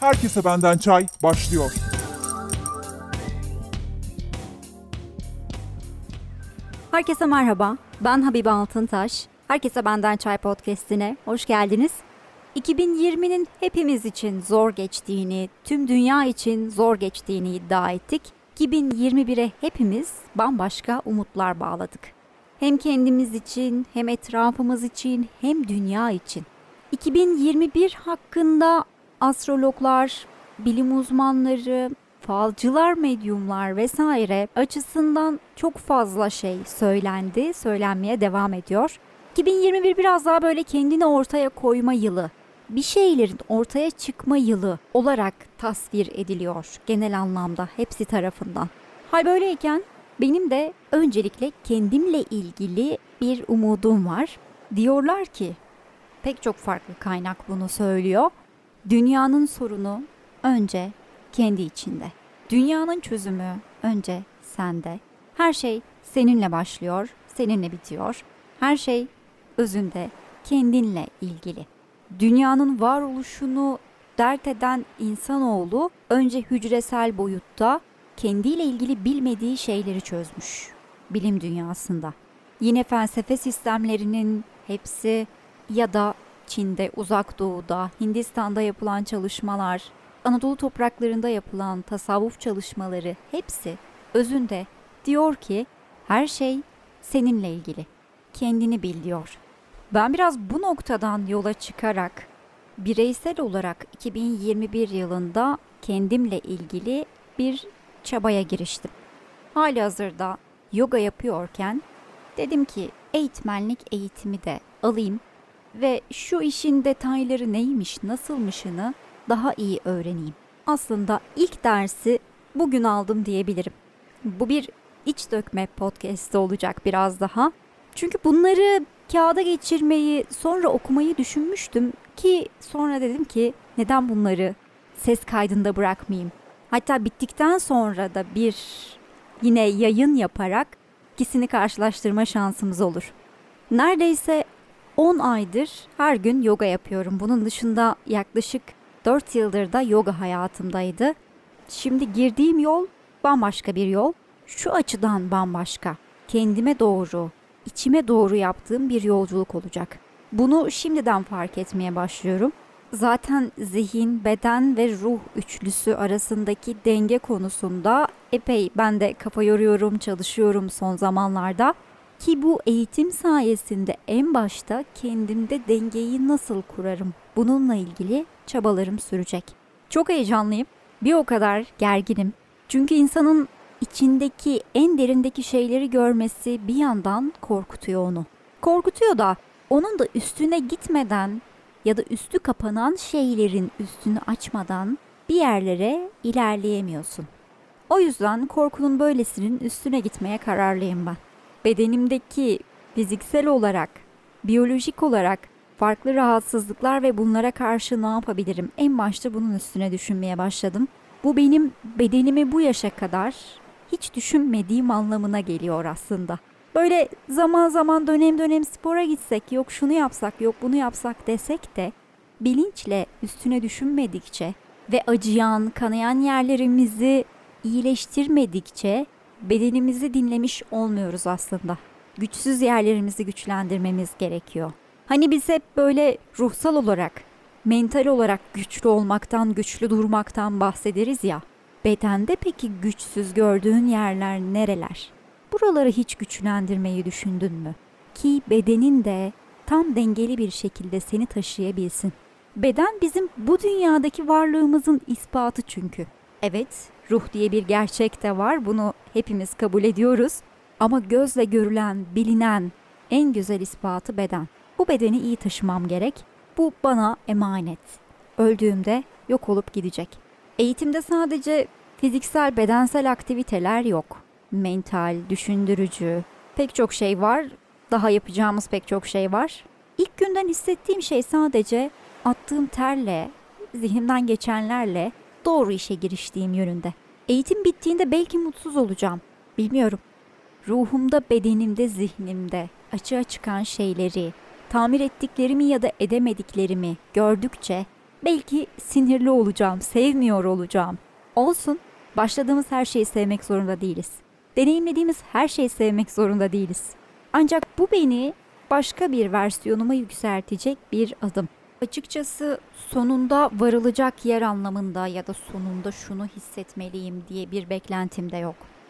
Herkese Benden Çay başlıyor. Herkese merhaba, ben Habibe Altıntaş. Herkese Benden Çay podcast'ine hoş geldiniz. 2020'nin hepimiz için zor geçtiğini, tüm dünya için zor geçtiğini iddia ettik. 2021'e hepimiz bambaşka umutlar bağladık. Hem kendimiz için, hem etrafımız için, hem dünya için. 2021 hakkında astrologlar, bilim uzmanları, falcılar, medyumlar vesaire açısından çok fazla şey söylendi, söylenmeye devam ediyor. 2021 biraz daha böyle kendini ortaya koyma yılı, bir şeylerin ortaya çıkma yılı olarak tasvir ediliyor genel anlamda hepsi tarafından. Hal böyleyken benim de öncelikle kendimle ilgili bir umudum var. Diyorlar ki, pek çok farklı kaynak bunu söylüyor. Dünyanın sorunu önce kendi içinde. Dünyanın çözümü önce sende. Her şey seninle başlıyor, seninle bitiyor. Her şey özünde kendinle ilgili. Dünyanın varoluşunu dert eden insanoğlu önce hücresel boyutta kendiyle ilgili bilmediği şeyleri çözmüş bilim dünyasında. Yine felsefe sistemlerinin hepsi ya da Çin'de, Uzak Doğu'da, Hindistan'da yapılan çalışmalar, Anadolu topraklarında yapılan tasavvuf çalışmaları hepsi özünde diyor ki her şey seninle ilgili. Kendini bil diyor. Ben biraz bu noktadan yola çıkarak bireysel olarak 2021 yılında kendimle ilgili bir çabaya giriştim. Halihazırda yoga yapıyorken dedim ki eğitmenlik eğitimi de alayım ve şu işin detayları neymiş, nasılmışını daha iyi öğreneyim. Aslında ilk dersi bugün aldım diyebilirim. Bu bir iç dökme podcast'ı olacak biraz daha. Çünkü bunları kağıda geçirmeyi, sonra okumayı düşünmüştüm ki sonra dedim ki neden bunları ses kaydında bırakmayayım? Hatta bittikten sonra da bir yine yayın yaparak ikisini karşılaştırma şansımız olur. Neredeyse 10 aydır her gün yoga yapıyorum. Bunun dışında yaklaşık 4 yıldır da yoga hayatımdaydı. Şimdi girdiğim yol bambaşka bir yol. Şu açıdan bambaşka. Kendime doğru, içime doğru yaptığım bir yolculuk olacak. Bunu şimdiden fark etmeye başlıyorum. Zaten zihin, beden ve ruh üçlüsü arasındaki denge konusunda epey ben de kafa yoruyorum, çalışıyorum son zamanlarda. Ki bu eğitim sayesinde en başta kendimde dengeyi nasıl kurarım? Bununla ilgili çabalarım sürecek. Çok heyecanlıyım. Bir o kadar gerginim. Çünkü insanın içindeki en derindeki şeyleri görmesi bir yandan korkutuyor onu. Korkutuyor da onun da üstüne gitmeden ya da üstü kapanan şeylerin üstünü açmadan bir yerlere ilerleyemiyorsun. O yüzden korkunun böylesinin üstüne gitmeye kararlıyım ben. Bedenimdeki fiziksel olarak, biyolojik olarak farklı rahatsızlıklar ve bunlara karşı ne yapabilirim? En başta bunun üstüne düşünmeye başladım. Bu benim bedenimi bu yaşa kadar hiç düşünmediğim anlamına geliyor aslında. Böyle zaman zaman dönem dönem spora gitsek, yok şunu yapsak, yok bunu yapsak desek de bilinçle üstüne düşünmedikçe ve acıyan, kanayan yerlerimizi iyileştirmedikçe bedenimizi dinlemiş olmuyoruz aslında. Güçsüz yerlerimizi güçlendirmemiz gerekiyor. Hani biz hep böyle ruhsal olarak, mental olarak güçlü olmaktan, güçlü durmaktan bahsederiz ya. Bedende peki güçsüz gördüğün yerler nereler? Buraları hiç güçlendirmeyi düşündün mü? Ki bedenin de tam dengeli bir şekilde seni taşıyabilsin. Beden bizim bu dünyadaki varlığımızın ispatı çünkü. Evet, ruh diye bir gerçek de var. Bunu hepimiz kabul ediyoruz. Ama gözle görülen, bilinen en güzel ispatı beden. Bu bedeni iyi taşımam gerek. Bu bana emanet. Öldüğümde yok olup gidecek. Eğitimde sadece fiziksel, bedensel aktiviteler yok. Mental, düşündürücü, pek çok şey var. Daha yapacağımız pek çok şey var. İlk günden hissettiğim şey sadece attığım terle, zihnimden geçenlerle doğru işe giriştiğim yönünde. Eğitim bittiğinde belki mutsuz olacağım. Bilmiyorum. Ruhumda, bedenimde, zihnimde açığa çıkan şeyleri, tamir ettiklerimi ya da edemediklerimi gördükçe Belki sinirli olacağım, sevmiyor olacağım. Olsun, başladığımız her şeyi sevmek zorunda değiliz. Deneyimlediğimiz her şeyi sevmek zorunda değiliz. Ancak bu beni başka bir versiyonuma yükseltecek bir adım. Açıkçası sonunda varılacak yer anlamında ya da sonunda şunu hissetmeliyim diye bir beklentim de yok.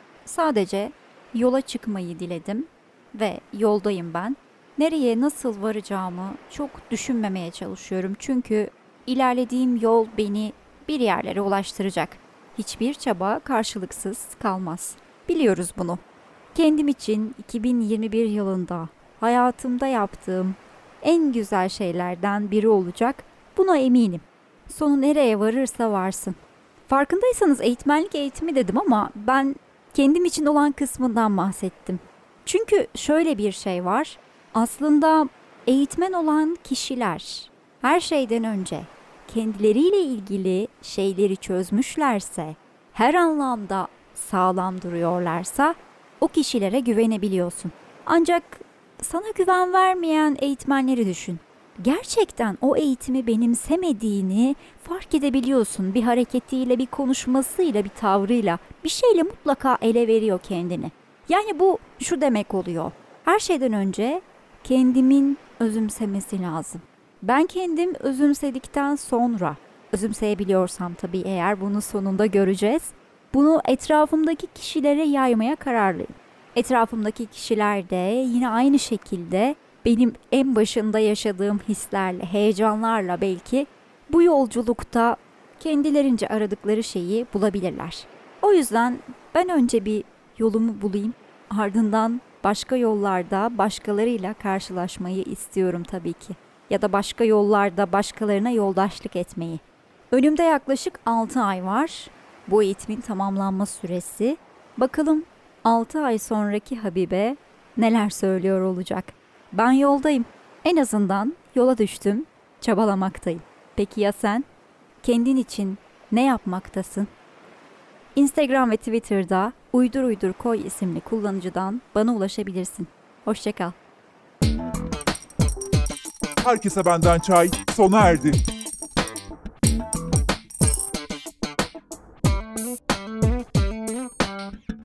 Sadece yola çıkmayı diledim ve yoldayım ben. Nereye nasıl varacağımı çok düşünmemeye çalışıyorum. Çünkü ilerlediğim yol beni bir yerlere ulaştıracak. Hiçbir çaba karşılıksız kalmaz. Biliyoruz bunu. Kendim için 2021 yılında hayatımda yaptığım en güzel şeylerden biri olacak. Buna eminim. Sonu nereye varırsa varsın. Farkındaysanız eğitmenlik eğitimi dedim ama ben kendim için olan kısmından bahsettim. Çünkü şöyle bir şey var. Aslında eğitmen olan kişiler her şeyden önce kendileriyle ilgili şeyleri çözmüşlerse, her anlamda sağlam duruyorlarsa o kişilere güvenebiliyorsun. Ancak sana güven vermeyen eğitmenleri düşün. Gerçekten o eğitimi benimsemediğini fark edebiliyorsun. Bir hareketiyle, bir konuşmasıyla, bir tavrıyla, bir şeyle mutlaka ele veriyor kendini. Yani bu şu demek oluyor. Her şeyden önce kendimin özümsemesi lazım. Ben kendim özümsedikten sonra, özümseyebiliyorsam tabii eğer bunu sonunda göreceğiz, bunu etrafımdaki kişilere yaymaya kararlıyım. Etrafımdaki kişiler de yine aynı şekilde benim en başında yaşadığım hislerle, heyecanlarla belki bu yolculukta kendilerince aradıkları şeyi bulabilirler. O yüzden ben önce bir yolumu bulayım, ardından başka yollarda başkalarıyla karşılaşmayı istiyorum tabii ki. Ya da başka yollarda başkalarına yoldaşlık etmeyi. Önümde yaklaşık 6 ay var. Bu eğitimin tamamlanma süresi. Bakalım 6 ay sonraki Habibe neler söylüyor olacak. Ben yoldayım. En azından yola düştüm, çabalamaktayım. Peki ya sen? Kendin için ne yapmaktasın? Instagram ve Twitter'da uydurkoy isimli kullanıcıdan bana ulaşabilirsin. Hoşça kal. Herkese benden çay sona erdi.